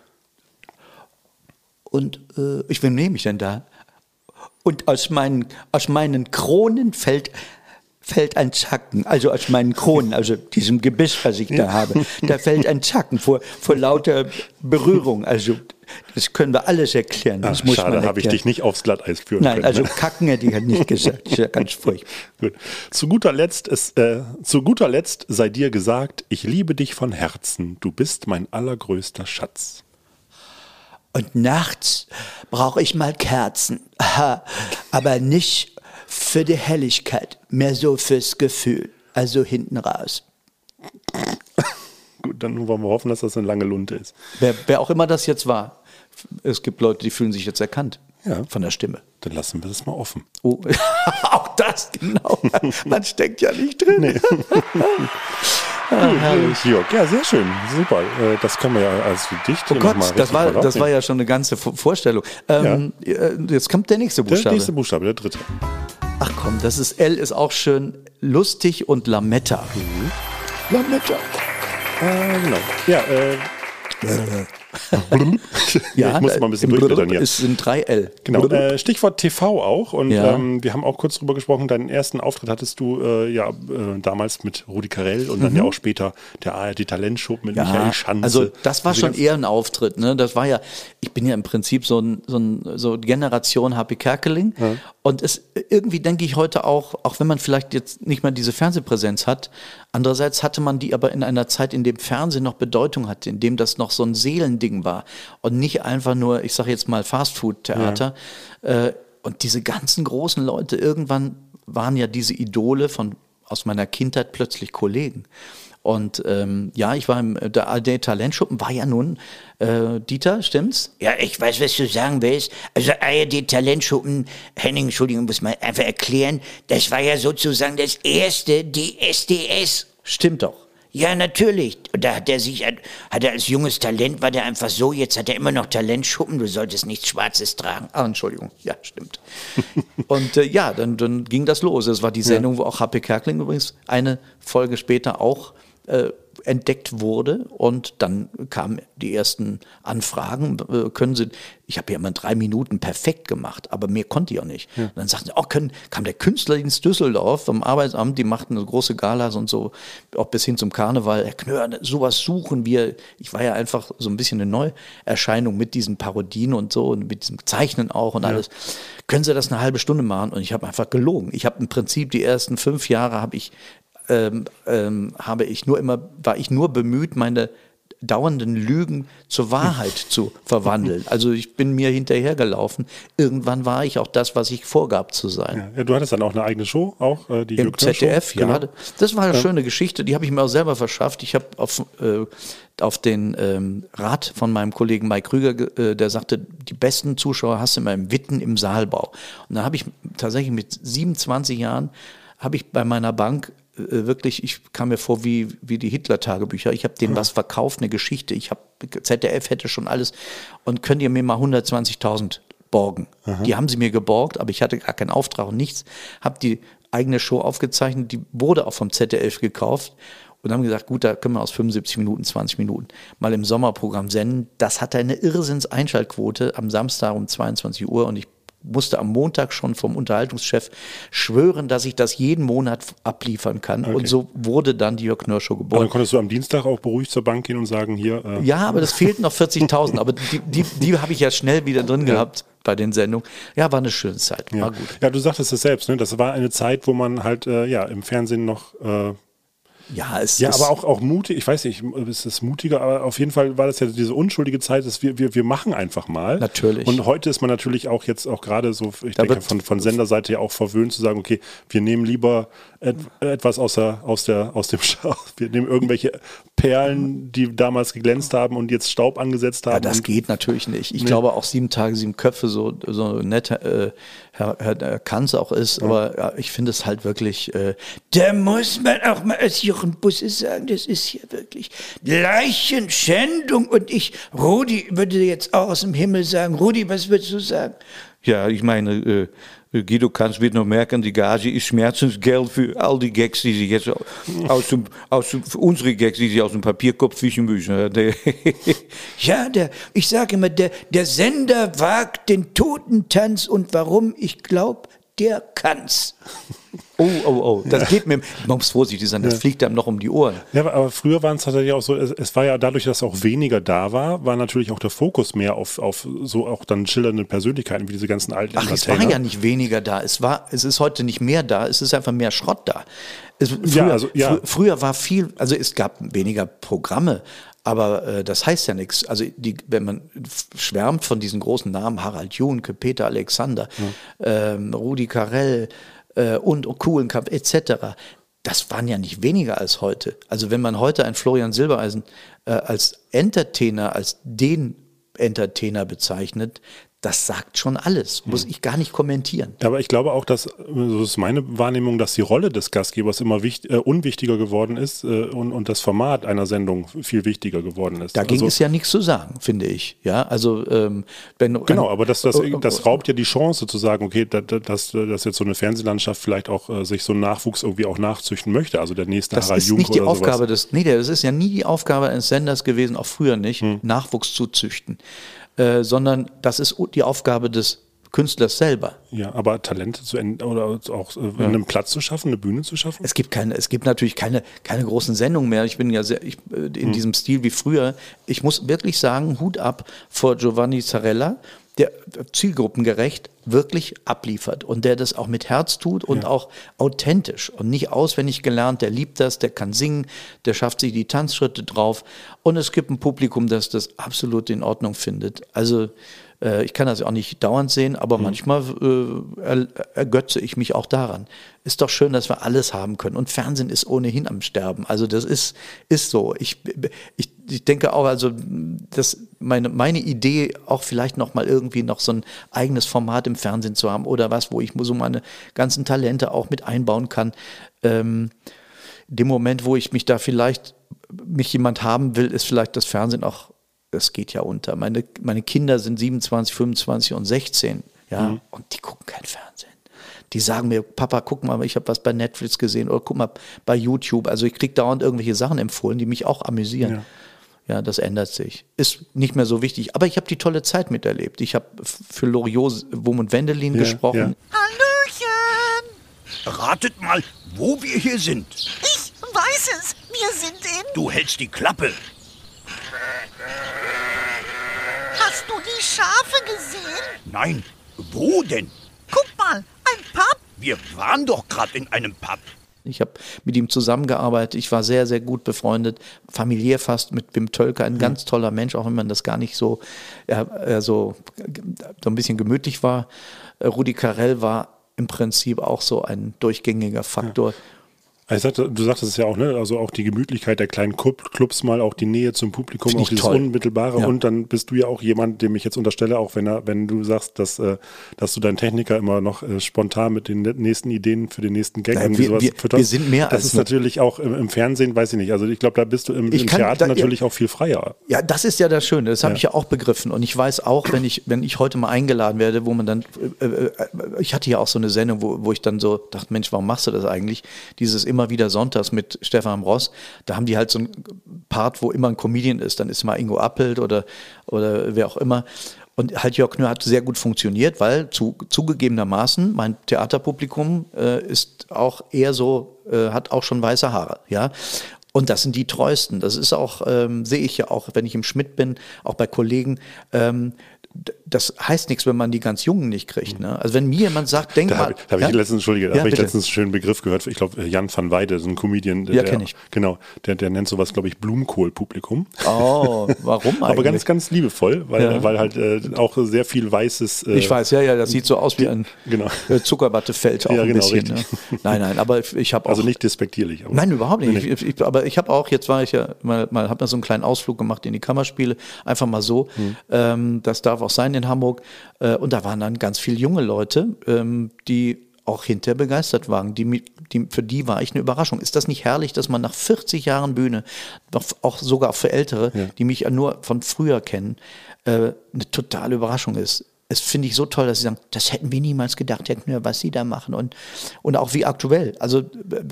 Und äh, ich, wem nehme ich denn da? Und aus meinen, aus meinen Kronen fällt, fällt ein Zacken. Also aus meinen Kronen, also diesem Gebiss, was ich da habe. Da fällt ein Zacken vor, vor lauter Berührung. Also das können wir alles erklären. Das Ach, muss schade, man habe ich dich nicht aufs Glatteis führen Nein, können. also ne? Kacken hätte ich halt nicht gesagt. Das ist ja ganz furchtbar. Gut. Zu guter Letzt ist, äh, zu guter Letzt sei dir gesagt, ich liebe dich von Herzen. Du bist mein allergrößter Schatz. Und nachts brauche ich mal Kerzen. Aha. Aber nicht für die Helligkeit, mehr so fürs Gefühl. Also hinten raus. Gut, dann wollen wir hoffen, dass das eine lange Lunte ist. Wer, wer auch immer das jetzt war. Es gibt Leute, die fühlen sich jetzt erkannt ja. von der Stimme. Dann lassen wir das mal offen. Oh, auch das, genau. Man steckt ja nicht drin. Nee. Ah, herrlich. Jörg, ja, sehr schön, super. Das können wir ja als Gedicht oh Gott, das war, das war ja schon eine ganze Vorstellung. Ähm, ja. Jetzt kommt der nächste Buchstabe. Der nächste Buchstabe, der dritte. Ach komm, das ist L, ist auch schön lustig und Lametta. Mhm. Lametta. Ah, genau. Ja, äh. ja, ich muss mal ein bisschen durchblättern hier. Es sind drei L. Genau, äh, Stichwort T V auch. Und ja. ähm, wir haben auch kurz drüber gesprochen, deinen ersten Auftritt hattest du äh, ja äh, damals mit Rudi Carrell und mhm. dann ja auch später der A R D-Talentshow mit ja, Michael Schanze. Also das war schon eher ein Auftritt. Ne? Das war ja, ich bin ja im Prinzip so ein, so ein so Generation Happy Kerkeling. Ja. Und es irgendwie denke ich heute auch, auch wenn man vielleicht jetzt nicht mehr diese Fernsehpräsenz hat, andererseits hatte man die aber in einer Zeit, in dem Fernsehen noch Bedeutung hatte, in dem das noch so ein Seelending war und nicht einfach nur, ich sage jetzt mal Fastfood-Theater. Ja. Äh, und diese ganzen großen Leute, irgendwann waren ja diese Idole von aus meiner Kindheit plötzlich Kollegen. Und ähm, ja, ich war im der A R D-Talentschuppen, war ja nun, äh, Dieter, stimmt's? Ja, ich weiß, was du sagen willst. Also A R D-Talentschuppen, Henning, Entschuldigung, muss man einfach erklären, das war ja sozusagen das erste D S D S. Stimmt doch. Ja, natürlich. Und da hat er sich, hat er als junges Talent, war der einfach so, jetzt hat er immer noch Talentschuppen, du solltest nichts Schwarzes tragen. Ah, Entschuldigung, ja, stimmt. Und äh, ja, dann, dann ging das los. Es war die Sendung, ja. wo auch Happy Kerkeling übrigens eine Folge später auch äh, entdeckt wurde und dann kamen die ersten Anfragen, äh, können Sie, ich habe ja immer drei Minuten perfekt gemacht, aber mehr konnte ich auch nicht. Ja. Und dann sagten sie, oh, können, kam der Künstlerdienst Düsseldorf vom Arbeitsamt, die machten eine große Galas und so, auch bis hin zum Karneval, Herr Knör, sowas suchen wir. Ich war ja einfach so ein bisschen eine Neuerscheinung mit diesen Parodien und so und mit diesem Zeichnen auch und alles. Ja. Können Sie das eine halbe Stunde machen? Und ich habe einfach gelogen. Ich habe im Prinzip die ersten fünf Jahre habe ich Ähm, ähm, habe ich nur immer, war ich nur bemüht, meine dauernden Lügen zur Wahrheit zu verwandeln. Also ich bin mir hinterhergelaufen. Irgendwann war ich auch das, was ich vorgab zu sein. Ja, du hattest dann auch eine eigene Show, auch äh, die im Z D F, ja. Genau. Das war eine ja. schöne Geschichte, die habe ich mir auch selber verschafft. Ich habe auf, äh, auf den ähm, Rat von meinem Kollegen Mike Krüger, äh, der sagte, die besten Zuschauer hast du immer im Witten im Saalbau. Und da habe ich tatsächlich mit siebenundzwanzig Jahren, habe ich bei meiner Bank wirklich, ich kam mir vor wie, wie die Hitler-Tagebücher. Ich habe denen ja. was verkauft, eine Geschichte. Ich habe, Z D F hätte schon alles. Und könnt ihr mir mal hundertzwanzigtausend borgen? Aha. Die haben sie mir geborgt, aber ich hatte gar keinen Auftrag und nichts. Habe die eigene Show aufgezeichnet, die wurde auch vom Z D F gekauft. Und haben gesagt, gut, da können wir aus fünfundsiebzig Minuten, zwanzig Minuten mal im Sommerprogramm senden. Das hatte eine Irrsinns-Einschaltquote am Samstag um zweiundzwanzig Uhr und ich musste am Montag schon vom Unterhaltungschef schwören, dass ich das jeden Monat abliefern kann. Okay. Und so wurde dann die Jörg Knör Show geboren. Aber dann konntest du am Dienstag auch beruhigt zur Bank gehen und sagen, hier... Äh ja, aber das fehlten noch vierzigtausend. Aber die, die, die habe ich ja schnell wieder drin ja. gehabt bei den Sendungen. Ja, war eine schöne Zeit. Ja, war gut. Ja, du sagtest es selbst, ne? Das war eine Zeit, wo man halt äh, ja im Fernsehen noch... Äh Ja, es ja, ist aber auch, auch mutig, ich weiß nicht, ist es mutiger, aber auf jeden Fall war das ja diese unschuldige Zeit, dass wir, wir, wir machen einfach mal. Natürlich. Und heute ist man natürlich auch jetzt auch gerade so, ich da denke von, von Senderseite ja auch verwöhnt zu sagen, okay, wir nehmen lieber et, etwas aus der, aus der, aus dem Schau, wir nehmen irgendwelche Perlen, die damals geglänzt haben und jetzt Staub angesetzt haben. Ja, das geht natürlich nicht. Ich nee. glaube auch sieben Tage, sieben Köpfe, so, so nett äh, Herr, Herr Kanz auch ist, ja. aber ja, ich finde es halt wirklich, äh, da muss man auch mal als Jochen Busse sagen, das ist hier wirklich Leichenschändung. Und ich, Rudi, würde jetzt auch aus dem Himmel sagen, Rudi, was würdest du sagen? Ja, ich meine, äh, Guido Kanz wird noch merken, die Gage ist Schmerzensgeld für all die Gags, die sie jetzt aus dem, aus dem, für unsere Gags, die sie aus dem Papierkorb fischen müssen. Ja, der, ich sage immer, der, der Sender wagt den Totentanz und warum? Ich glaube, der kann's. Oh, oh, oh, das ja. geht mir, man muss vorsichtig sein, das ja. fliegt einem noch um die Ohren. Ja, aber, aber früher waren es tatsächlich auch so, es, es war ja dadurch, dass auch weniger da war, war natürlich auch der Fokus mehr auf, auf so auch dann schillernde Persönlichkeiten wie diese ganzen alten Ach, es war ja nicht weniger da, es war, es ist heute nicht mehr da, es ist einfach mehr Schrott da. Es, früher, ja, also, ja. fr- früher war viel, also es gab weniger Programme, aber äh, das heißt ja nichts. Also die, wenn man schwärmt von diesen großen Namen, Harald Junke, Peter Alexander, ja. ähm, Rudi Carrell, und Kuhlenkamp et cetera. Das waren ja nicht weniger als heute. Also wenn man heute einen Florian Silbereisen äh, als Entertainer, als den Entertainer bezeichnet, das sagt schon alles, muss ich gar nicht kommentieren. Aber ich glaube auch, dass, so ist meine Wahrnehmung, dass die Rolle des Gastgebers immer wichtig, äh, unwichtiger geworden ist äh, und, und das Format einer Sendung viel wichtiger geworden ist. Da ging also, es ja nichts zu sagen, finde ich. Ja, also ähm, wenn genau, aber das, das, das raubt ja die Chance zu sagen, okay, dass, dass, dass jetzt so eine Fernsehlandschaft vielleicht auch äh, sich so einen Nachwuchs irgendwie auch nachzüchten möchte. Also der nächste das Harald ist Junke nicht die oder Aufgabe sowas. des, nee, das ist ja nie die Aufgabe eines Senders gewesen, auch früher nicht, hm. Nachwuchs zu züchten. Äh, sondern das ist die Aufgabe des Künstlers selber. Ja, aber Talente zu enden oder auch äh, ja. einen Platz zu schaffen, eine Bühne zu schaffen? Es gibt keine, es gibt natürlich keine, keine großen Sendungen mehr. Ich bin ja sehr, ich, in hm. diesem Stil wie früher. Ich muss wirklich sagen, Hut ab vor Giovanni Zarella, der zielgruppengerecht wirklich abliefert und der das auch mit Herz tut und ja. auch authentisch und nicht auswendig gelernt, der liebt das, der kann singen, der schafft sich die Tanzschritte drauf und es gibt ein Publikum, das das absolut in Ordnung findet. Also äh, ich kann das auch nicht dauernd sehen, aber mhm. manchmal äh, er, ergötze ich mich auch daran. Ist doch schön, dass wir alles haben können und Fernsehen ist ohnehin am Sterben. Also das ist, ist so. Ich, ich, ich denke auch, also dass meine, meine Idee auch vielleicht noch mal irgendwie noch so ein eigenes Format im Fernsehen zu haben oder was, wo ich so meine ganzen Talente auch mit einbauen kann. Ähm, dem Moment, wo ich mich da vielleicht, mich jemand haben will, ist vielleicht das Fernsehen auch, das geht ja unter. Meine, meine Kinder sind siebenundzwanzig, fünfundzwanzig und sechzehn, ja, mhm. und die gucken kein Fernsehen. die sagen mir, Papa, guck mal, ich habe was bei Netflix gesehen oder guck mal bei YouTube. Also ich kriege dauernd irgendwelche Sachen empfohlen, die mich auch amüsieren. Ja. Ja, das ändert sich. Ist nicht mehr so wichtig. Aber ich habe die tolle Zeit miterlebt. Ich habe für Loriot, Wurm und Wendelin ja, gesprochen. Ja. Hallöchen! Ratet mal, wo wir hier sind. Ich weiß es. Wir sind in... Du hältst die Klappe. Hast du die Schafe gesehen? Nein. Wo denn? Guck mal, ein Pub. Wir waren doch gerade in einem Pub. Ich habe mit ihm zusammengearbeitet, ich war sehr, sehr gut befreundet, familiär fast mit Wim Tölker, ein mhm. ganz toller Mensch, auch wenn man das gar nicht so, er, er so, so ein bisschen gemütlich war. Rudi Carrell war im Prinzip auch so ein durchgängiger Faktor. Ja. Ich sagte, du sagtest es ja auch, ne? Also auch die Gemütlichkeit der kleinen Clubs mal, auch die Nähe zum Publikum, auch dieses toll. Unmittelbare. Ja. Und dann bist du ja auch jemand, dem ich jetzt unterstelle, auch wenn er, wenn du sagst, dass, äh, dass du deinen Techniker immer noch äh, spontan mit den nächsten Ideen für den nächsten Gag ja, irgendwie wir, sowas wir, fütterst. Wir sind mehr das als... Das ist natürlich auch im, im Fernsehen, weiß ich nicht. Also ich glaube, da bist du im, im kann, Theater da, natürlich ja, auch viel freier. Ja, das ist ja das Schöne. Das habe ja. ich ja auch begriffen. Und ich weiß auch, wenn ich, wenn ich heute mal eingeladen werde, wo man dann... Äh, äh, ich hatte ja auch so eine Sendung, wo, wo ich dann so dachte, Mensch, warum machst du das eigentlich? Dieses immer wieder sonntags mit Stefan Ross, da haben die halt so einen Part, wo immer ein Comedian ist, dann ist mal Ingo Appelt oder, oder wer auch immer. Und halt Jörg Knör hat sehr gut funktioniert, weil zu, zugegebenermaßen mein Theaterpublikum äh, ist auch eher so, äh, hat auch schon weiße Haare, ja. Und das sind die treuesten. Das ist auch, ähm, sehe ich ja auch, wenn ich im Schmidt bin, auch bei Kollegen, ähm, das heißt nichts, wenn man die ganz Jungen nicht kriegt. Ne? Also wenn mir jemand sagt, denk da mal... Hab ich, da habe ja? ich letztens, Entschuldige, da ja, habe ich bitte. letztens einen schönen Begriff gehört. Ich glaube, Jan van Weide, so ein Comedian. Ja, der, kenne ich. Genau, der, der nennt sowas, glaube ich, Blumenkohl-Publikum. Oh, warum eigentlich? Aber ganz, ganz liebevoll, weil, ja. weil halt äh, auch sehr viel weißes... Äh, ich weiß, ja, ja, das sieht so aus wie ein genau. Zuckerwattefeld auch ja, ein genau, bisschen. Ne? Nein, nein, aber ich habe auch... Also nicht despektierlich. Aber nein, überhaupt nicht. Nee. Ich, ich, aber ich habe auch, jetzt war ich ja mal, mal habe mal so einen kleinen Ausflug gemacht in die Kammerspiele, einfach mal so. Hm. Ähm, das darf auch sein in Hamburg. Äh, und da waren dann ganz viele junge Leute, ähm, die auch hinterher begeistert waren. Die, die, für die war ich eine Überraschung. Ist das nicht herrlich, dass man nach vierzig Jahren Bühne, auch sogar für Ältere, ja. die mich ja nur von früher kennen, äh, eine totale Überraschung ist. Es finde ich so toll, dass sie sagen, das hätten wir niemals gedacht, hätten wir, was sie da machen. Und, und auch wie aktuell. Also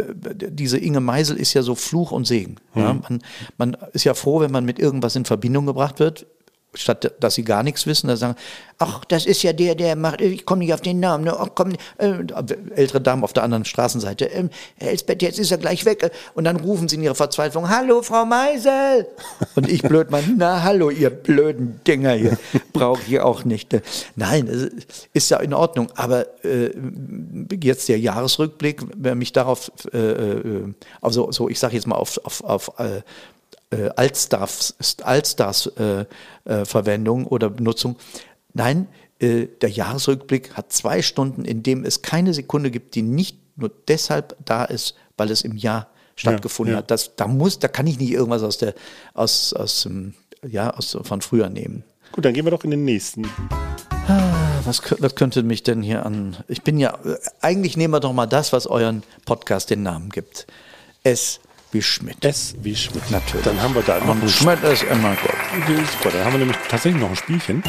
diese Inge Meisel ist ja so Fluch und Segen. Mhm. Ja? Man, man ist ja froh, wenn man mit irgendwas in Verbindung gebracht wird, statt dass sie gar nichts wissen, da sagen, ach, das ist ja der, der macht, ich komme nicht auf den Namen, ne? Ach, komm, äh, ältere Damen auf der anderen Straßenseite, ähm, Herr Elsbeth, jetzt ist er gleich weg. Und dann rufen sie in ihrer Verzweiflung, hallo, Frau Meisel. Und ich blöd mal, na, hallo, ihr blöden Dinger hier, brauche ich auch nicht. Nein, ist ja in Ordnung, aber äh, jetzt der Jahresrückblick, wer mich darauf, äh, also so, ich sage jetzt mal auf, auf, auf äh, Äh, Altstars, Altstars äh, äh, Verwendung oder Benutzung. Nein, äh, der Jahresrückblick hat zwei Stunden, in dem es keine Sekunde gibt, die nicht nur deshalb da ist, weil es im Jahr stattgefunden ja, ja. hat. Das, da muss, da kann ich nicht irgendwas aus der, aus, aus, ja, aus, von früher nehmen. Gut, dann gehen wir doch in den nächsten. Was, was könnte mich denn hier an? Ich bin ja, eigentlich nehmen wir doch mal das, was euren Podcast den Namen gibt. Es wie Schmidt. S wie Schmidt. Natürlich. Dann haben wir da noch ein Schmidt ist immer gut. Super, dann haben wir nämlich tatsächlich noch ein Spielchen.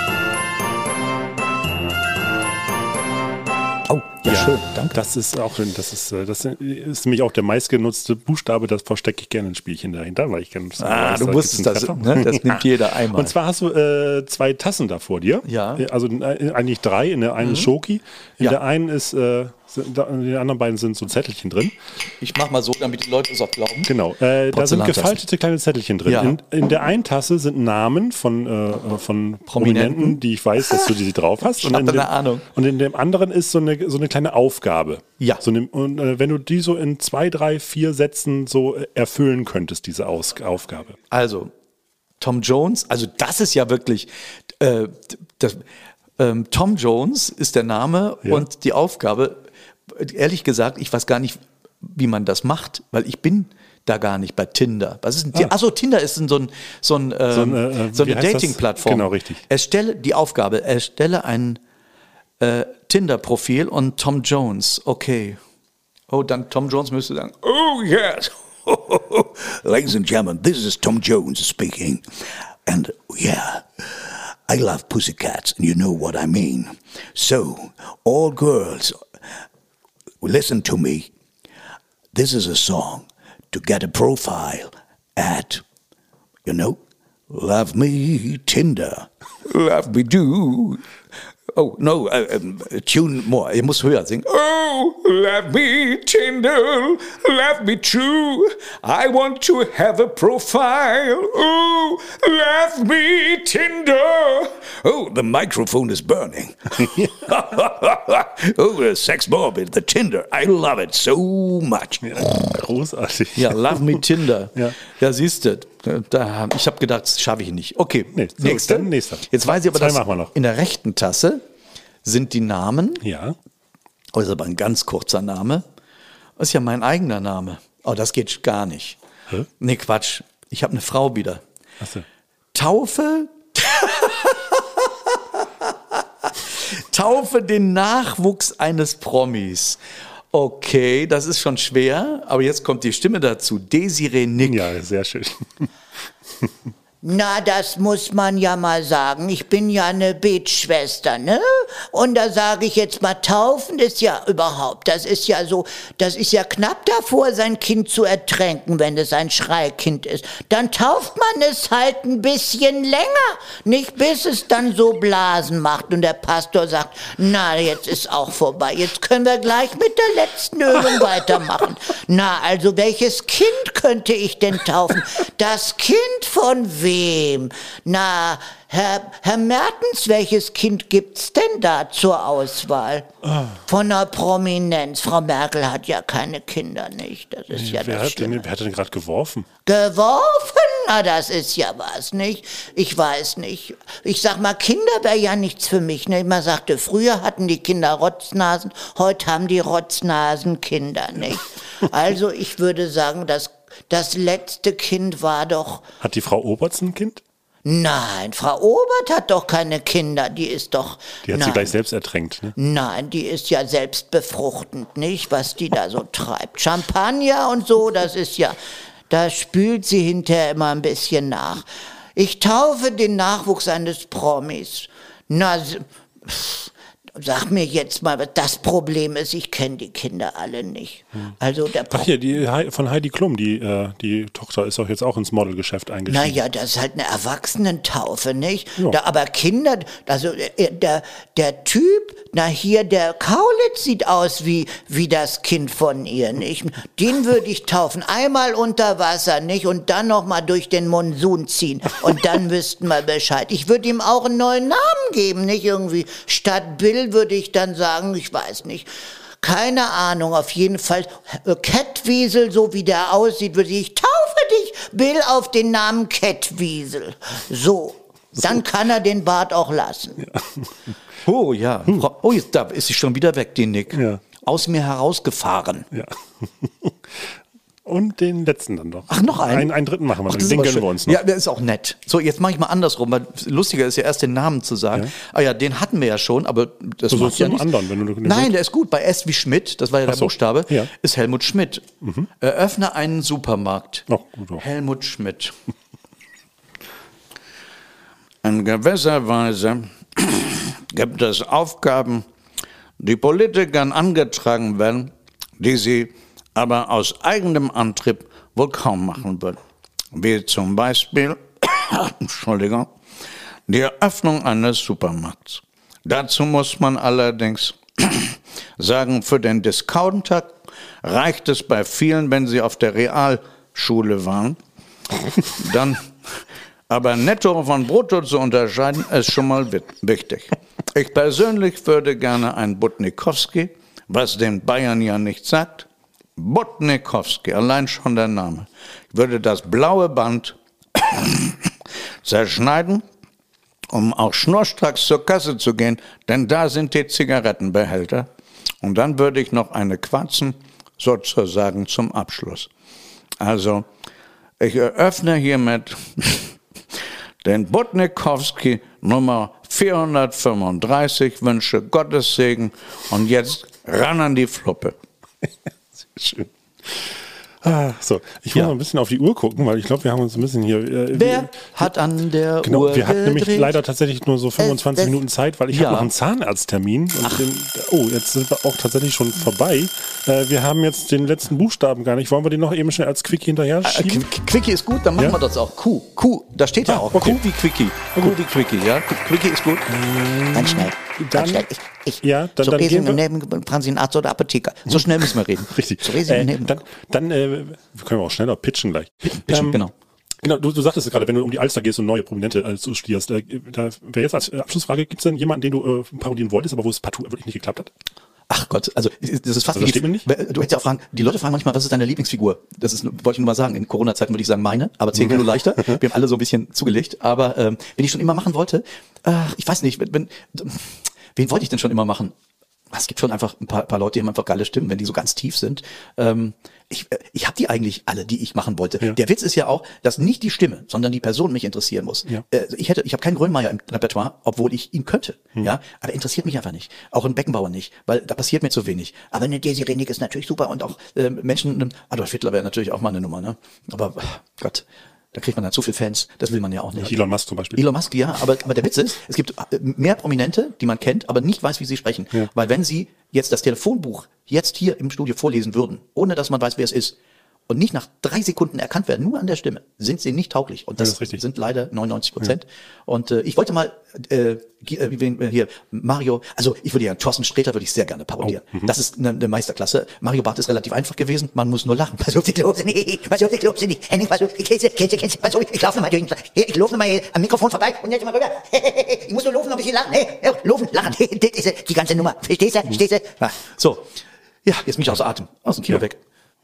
Oh, ja, ja, schön, danke. Das ist auch schön. Das ist, das ist nämlich auch der meistgenutzte Buchstabe. Das verstecke ich gerne ein Spielchen dahinter, weil ich gerne. Ah, du wusstest das. Ne? Das nimmt jeder einmal. Und zwar hast du äh, zwei Tassen da vor dir. Ja. Also äh, eigentlich drei. In der einen mhm. ist Schoki. In ja. der einen ist. Äh, in den anderen beiden sind so Zettelchen drin. Ich mach mal so, damit die Leute es auch glauben. Genau. Äh, da sind gefaltete kleine Zettelchen drin. Ja. In, in der einen Tasse sind Namen von, äh, von Prominenten, Prominenten, die ich weiß, dass du die drauf hast. Ich habe eine Ahnung. Und in dem anderen ist so eine, so eine kleine Aufgabe. Ja. So eine, und äh, wenn du die so in zwei, drei, vier Sätzen so erfüllen könntest, diese Aus Aufgabe. Also, Tom Jones, also das ist ja wirklich, äh, das, ähm, Tom Jones ist der Name ja. und die Aufgabe, ehrlich gesagt, ich weiß gar nicht, wie man das macht, weil ich bin da gar nicht bei Tinder. Was ist denn? Ah. Achso, Tinder ist so, ein, so, ein, ähm, so, ein, äh, so eine Dating-Plattform. Genau, richtig. Erstelle die Aufgabe, erstelle ein äh, Tinder-Profil und Tom Jones, okay. Oh, dann Tom Jones müsste sagen, oh yes, ladies and gentlemen, this is Tom Jones speaking. And yeah, I love pussycats, and you know what I mean. So, all girls listen to me. This is a song to get a profile at, you know, Love Me Tinder. Love me do. Oh, no, uh, um, tune more. Ich muss höher singen. Oh, love me Tinder, love me true. I want to have a profile. Oh, love me Tinder. Oh, the microphone is burning. Oh, Sex Morbid, the Tinder. I love it so much. Ja, großartig. Ja, Love Me Tinder. Ja, ja siehst du. Da, ich habe gedacht, das schaffe ich nicht. Okay, nee, so, nächster. nächster. Jetzt weiß ich aber, Zwei dass machen wir noch. in der rechten Tasse sind die Namen. Ja. Oh, das ist aber ein ganz kurzer Name. Das ist ja mein eigener Name. Oh, das geht gar nicht. Hä? Nee, Quatsch. Ich habe eine Frau wieder. Ach so. Taufe. Taufe den Nachwuchs eines Promis. Okay, das ist schon schwer, aber jetzt kommt die Stimme dazu. Desiree Nick. Ja, sehr schön. Na, das muss man ja mal sagen. Ich bin ja eine Betschwester, ne? Und da sage ich jetzt mal, taufen ist ja überhaupt, das ist ja so, das ist ja knapp davor, sein Kind zu ertränken, wenn es ein Schreikind ist. Dann tauft man es halt ein bisschen länger, nicht bis es dann so Blasen macht und der Pastor sagt, na, jetzt ist auch vorbei, jetzt können wir gleich mit der letzten Ölung weitermachen. Na, also welches Kind könnte ich denn taufen? Das Kind von wem? Na, Herr, Herr Mertens, welches Kind gibt's denn da zur Auswahl? Oh. Von einer Prominenz. Frau Merkel hat ja keine Kinder, nicht? Das ist nee, ja wer, das hat denn, wer hat denn gerade geworfen? Geworfen? Na, das ist ja was, nicht? Ich weiß nicht. Ich sag mal, Kinder wäre ja nichts für mich, ne? Man sagte, früher hatten die Kinder Rotznasen, heute haben die Rotznasen Kinder, nicht? Also, ich würde sagen, das Das letzte Kind war doch... Hat die Frau Oberts ein Kind? Nein, Frau Obert hat doch keine Kinder, die ist doch... Die hat nein. sie gleich selbst ertränkt, ne? Nein, die ist ja selbstbefruchtend, nicht? Was die da so treibt. Champagner und so, das ist ja... Da spült sie hinterher immer ein bisschen nach. Ich taufe den Nachwuchs eines Promis. Na... Pff. Sag mir jetzt mal, was das Problem ist, ich kenne die Kinder alle nicht. Also der Ach ja, die von Heidi Klum, die, äh, die Tochter ist doch jetzt auch ins Modelgeschäft eingestiegen. Naja, das ist halt eine Erwachsenentaufe, nicht? Ja. Da, aber Kinder, also der, der Typ, na hier, der Kaulitz sieht aus wie, wie das Kind von ihr, nicht? Den würde ich taufen, einmal unter Wasser, nicht? Und dann nochmal durch den Monsun ziehen. Und dann wüssten wir Bescheid. Ich würde ihm auch einen neuen Namen geben, nicht? Irgendwie statt Bill würde ich dann sagen, ich weiß nicht, keine Ahnung, auf jeden Fall Kettwiesel, so wie der aussieht, würde ich, taufe dich, Bill, auf den Namen Kettwiesel. So, so, dann kann er den Bart auch lassen. Ja. Oh ja, hm. Oh, jetzt, da ist sie schon wieder weg, die Nick. Ja. Aus mir herausgefahren. Ja. Und den letzten dann doch. Ach, noch einen? Einen, einen dritten machen wir. Ach, den gönnen wir uns noch. Ja, der ist auch nett. So, jetzt mache ich mal andersrum, weil lustiger ist ja erst den Namen zu sagen. Ja. Ah ja, den hatten wir ja schon, aber das macht ja nichts. Anderen, wenn du Nein, willst. Der ist gut. Bei S wie Schmidt, das war ja Ach der so. Buchstabe, ja. ist Helmut Schmidt. Mhm. Eröffne einen Supermarkt. Ach, gut auch. Helmut Schmidt. In gewisser Weise gibt es Aufgaben, die Politikern angetragen werden, die sie aber aus eigenem Antrieb wohl kaum machen würden. Wie zum Beispiel, Entschuldigung, die Eröffnung eines Supermarkts. Dazu muss man allerdings sagen, für den Discounter reicht es bei vielen, wenn sie auf der Realschule waren. Dann aber netto von brutto zu unterscheiden, ist schon mal wichtig. Ich persönlich würde gerne ein Butnikowski, was den Bayern ja nicht sagt, Butnikowski, allein schon der Name. Ich würde das blaue Band zerschneiden, um auch schnurstracks zur Kasse zu gehen, denn da sind die Zigarettenbehälter. Und dann würde ich noch eine quarzen, sozusagen zum Abschluss. Also, ich eröffne hiermit den Butnikowski Nummer vierhundertfünfunddreißig, wünsche Gottes Segen und jetzt ran an die Fluppe. Schön. Ah, so, ich will Ja. mal ein bisschen auf die Uhr gucken, weil ich glaube, wir haben uns ein bisschen hier... Äh, Wer hat an der genau, Uhr wir hatten nämlich gedreht? leider tatsächlich nur so fünfundzwanzig Es- es- Minuten Zeit, weil ich Ja. habe noch einen Zahnarzttermin. Und den, oh, jetzt sind wir auch tatsächlich schon vorbei. Äh, wir haben jetzt den letzten Buchstaben gar nicht. Wollen wir den noch eben schnell als Quickie hinterher Äh, schieben? Qu- Quickie ist gut, dann machen Ja? wir das auch. Q, Q, da steht ja Ah, auch. okay. Q wie Quickie. Q wie Quickie, ja. Qu- Quickie ist gut. Ganz schnell. Dann- Ganz schnell. Ich, ich, Ja, dann- so dann Resi gehen wir- neben fragen Sie einen Arzt oder Apotheker. So schnell müssen wir reden. Richtig. So Resi Äh, neben. dann dann äh, können wir auch schneller pitchen gleich. Pitchen, Ähm, genau. Genau, du, du sagtest es gerade, wenn du um die Alster gehst und neue Prominente äh, so studierst, äh, da wäre jetzt als äh, Abschlussfrage, gibt es denn jemanden, den du äh, parodieren wolltest, aber wo es partout wirklich nicht geklappt hat? Ach Gott, also das ist fast Also, das wie steht mir nicht? Du hättest ja auch fragen, die Leute fragen manchmal, was ist deine Lieblingsfigur? Das ist, wollte ich nur mal sagen, in Corona-Zeiten würde ich sagen meine, aber zehn Kilo leichter. Wir haben alle so ein bisschen zugelegt, aber ähm, wenn ich schon immer machen wollte, äh, ich weiß nicht, wenn, wenn, wen wollte ich denn schon immer machen? Es gibt schon einfach ein paar, paar Leute, die haben einfach geile Stimmen, wenn die so ganz tief sind. Ähm, ich äh, ich habe die eigentlich alle, die ich machen wollte. Ja. Der Witz ist ja auch, dass nicht die Stimme, sondern die Person mich interessieren muss. Ja. Äh, ich hätte, ich habe keinen Grönemeyer im Repertoire, obwohl ich ihn könnte. Ja, aber interessiert mich einfach nicht. Auch ein Beckenbauer nicht, weil da passiert mir zu wenig. Aber eine Desiree Nick ist natürlich super und auch Äh, Menschen, Adolf Hitler wäre natürlich auch mal eine Nummer, ne? Aber Gott, da kriegt man dann zu viel Fans. Das will man ja auch nicht. Elon Musk zum Beispiel. Elon Musk, ja, aber, aber der Witz ist, es gibt äh, mehr Prominente, die man kennt, aber nicht weiß, wie sie sprechen. Ja. Weil wenn sie jetzt das Telefonbuch jetzt hier im Studio vorlesen würden, ohne dass man weiß, wer es ist, und nicht nach drei Sekunden erkannt werden, nur an der Stimme, sind sie nicht tauglich. Und das, Ja, das ist richtig. sind leider neunundneunzig Prozent. Und äh, ich wollte mal äh, gi- äh, wen- äh, hier Mario, also ich würde ja Thorsten Sträter würde ich sehr gerne parodieren. Oh, mhm. Das ist eine, eine Meisterklasse. Mario Barth ist relativ einfach gewesen, man muss nur lachen. Pass auf, ich glaub's nicht. Pass auf, ich glaub's nicht. Henning, pass auf, ich kennst du, kennst du, kennst du, pass auf, ich laufe nochmal durch. den- Ich laufe nochmal hier am Mikrofon vorbei und jetzt mal rüber. Ich muss nur laufen, noch ein bisschen lachen. Hey, ja, laufen, lachen. Das ist die ganze Nummer. Verstehst du? Verstehst du? Ah, so, ja, jetzt mich außer Atem, aus dem Kino Ja. weg.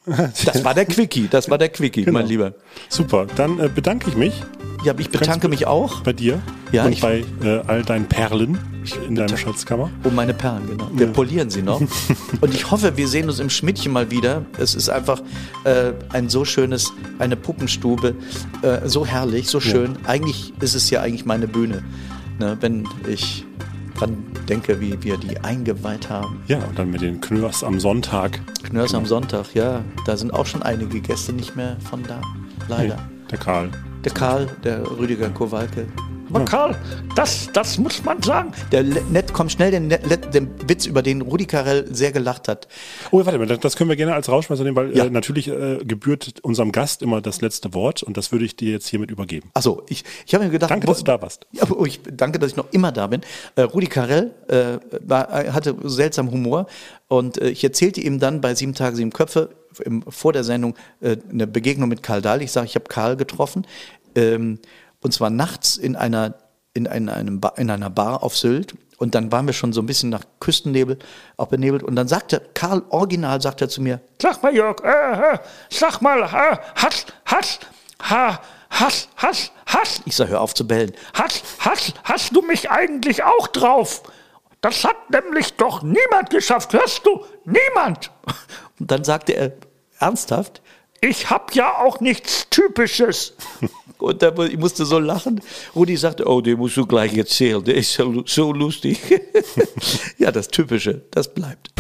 Das war der Quickie, das war der Quickie, Genau. mein Lieber. Super, dann äh, bedanke ich mich Ja, ich bedanke mich auch bei dir Ja, und ich- bei äh, all deinen Perlen in deinem Schatzkammer. um meine Perlen, genau. Wir Ja. polieren sie noch. Und ich hoffe, wir sehen uns im Schmidtchen mal wieder. Es ist einfach äh, ein so schönes, eine Puppenstube, äh, so herrlich, so schön. Eigentlich ist es ja eigentlich meine Bühne, ne, wenn ich dran denke, wie wir die eingeweiht haben. Ja, und dann mit den Knörs am Sonntag. Knörs am Sonntag, ja, da sind auch schon einige Gäste nicht mehr von da, leider. Nee, der Karl. Der Karl, der Rüdiger Kowalke. Aber Karl, das, das muss man sagen. Der Le- Net kommt schnell den, Net, den Witz, über den Rudi Carrell sehr gelacht hat. Oh, warte mal, das- das können wir gerne als Rauschmeister nehmen, weil Ja. äh, natürlich äh, gebührt unserem Gast immer das letzte Wort und das würde ich dir jetzt hiermit übergeben. Achso, ich, ich habe mir gedacht... Danke, wo- dass du da warst. Ja, aber ich danke, dass ich noch immer da bin. Äh, Rudi Carrell äh, war, äh, hatte seltsam Humor und äh, ich erzählte ihm dann bei Sieben Tage, Sieben Köpfe im, vor der Sendung äh, eine Begegnung mit Karl Dahl. Ich sage, ich habe Karl getroffen ähm, und zwar nachts in einer, in, ein, einem ba in einer Bar auf Sylt und dann waren wir schon so ein bisschen nach Küstennebel, auch benebelt und dann sagte Karl original, sagt er zu mir, Sag mal, Jörg, äh, äh, sag mal, äh, hast, hast, ha, hast, hast, hast, ich sage, hör auf zu bellen. hast, hast, hast du mich eigentlich auch drauf? Das hat nämlich doch niemand geschafft, hörst du? Niemand! Und dann sagte er ernsthaft, Ich hab ja auch nichts Typisches. und da, ich musste so lachen. Rudi sagte, oh, den musst du gleich erzählen, der ist so, so lustig. Ja, das Typische, das bleibt.